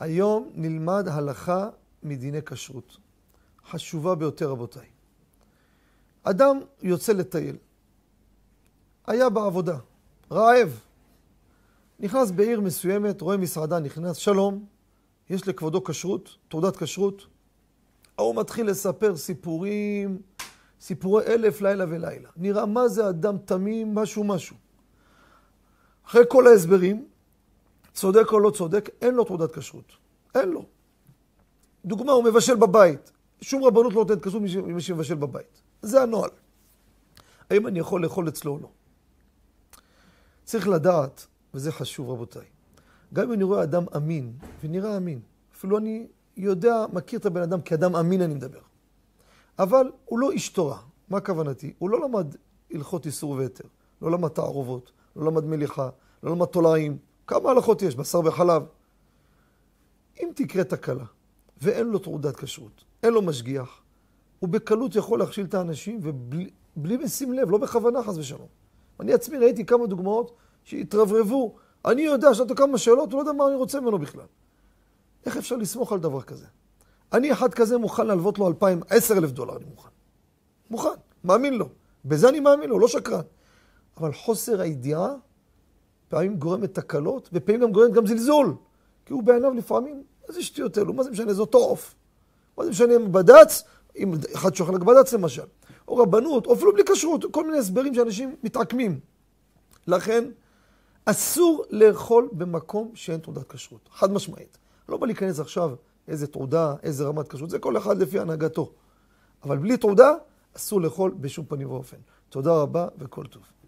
היום נלמד הלכה מדיני כשרות. חשובה ביותר רבותיי. אדם יוצא לטייל. היה בעבודה, רעב. נכנס בעיר מסוימת, רואה מסעדה, נכנס, שלום, יש לכבודו כשרות, תעודת כשרות. הוא מתחיל לספר סיפורי אלף לילה ולילה. נראה מה זה אדם תמים, משהו. אחרי כל ההסברים, צודק או לא צודק, אין לו תעודת כשרות. אין לו. דוגמה, הוא מבשל בבית. שום רבנות לא נותנת כשרות מי שמבשל בבית. זה הנוהל. האם אני יכול לאכול אצלו או לא? צריך לדעת, וזה חשוב רבותיי, גם אם אני רואה אדם אמין, ונראה אמין, אפילו אני יודע, מכיר את הבן אדם כאדם אמין אני מדבר. אבל הוא לא איש תורה. מה כוונתי? הוא לא למד הלכות איסור והיתר, לא למד תערובות, לא למד מליחה, לא למד תולעים. כמה הלכות יש? בשר וחלב. אם תקרה תקלה, ואין לו תעודת כשרות, אין לו משגיח, הוא בקלות יכול להכשיל את האנשים, ובלי לשים לב, לא בכוונה חס ושלום. אני עצמי ראיתי כמה דוגמאות שהתרברבו. אני יודע שאתה כמה שאלות, הוא לא יודע מה אני רוצה ממנו בכלל. איך אפשר לסמוך על דבר כזה? אני אחד כזה מוכן להלוות לו 10,000 דולר, אני מוכן, מאמין לו. בזה אני מאמין לו, לא שקרן. אבל חוסר הידיעה פעמים גורמת תקלות, ופעמים גם גורמת זלזול. כי הוא בעיניו לפעמים, איזה שטויות אלו, מה זה משנה? זה אותו עוף. מה זה משנה אם בד"ץ, אם אחד שוכן רק בד"ץ למשל, או רבנות, או אפילו בלי כשרות, כל מיני הסברים שאנשים מתעקמים. לכן, אסור לאכול במקום שאין תעודת כשרות. חד משמעית. לא בא להיכנס עכשיו איזה תעודה, איזה רמת כשרות, זה כל אחד לפי הנהגתו. אבל בלי תעודה, אסור לאכול בשום פנים ואופן. תודה רבה וכל טוב.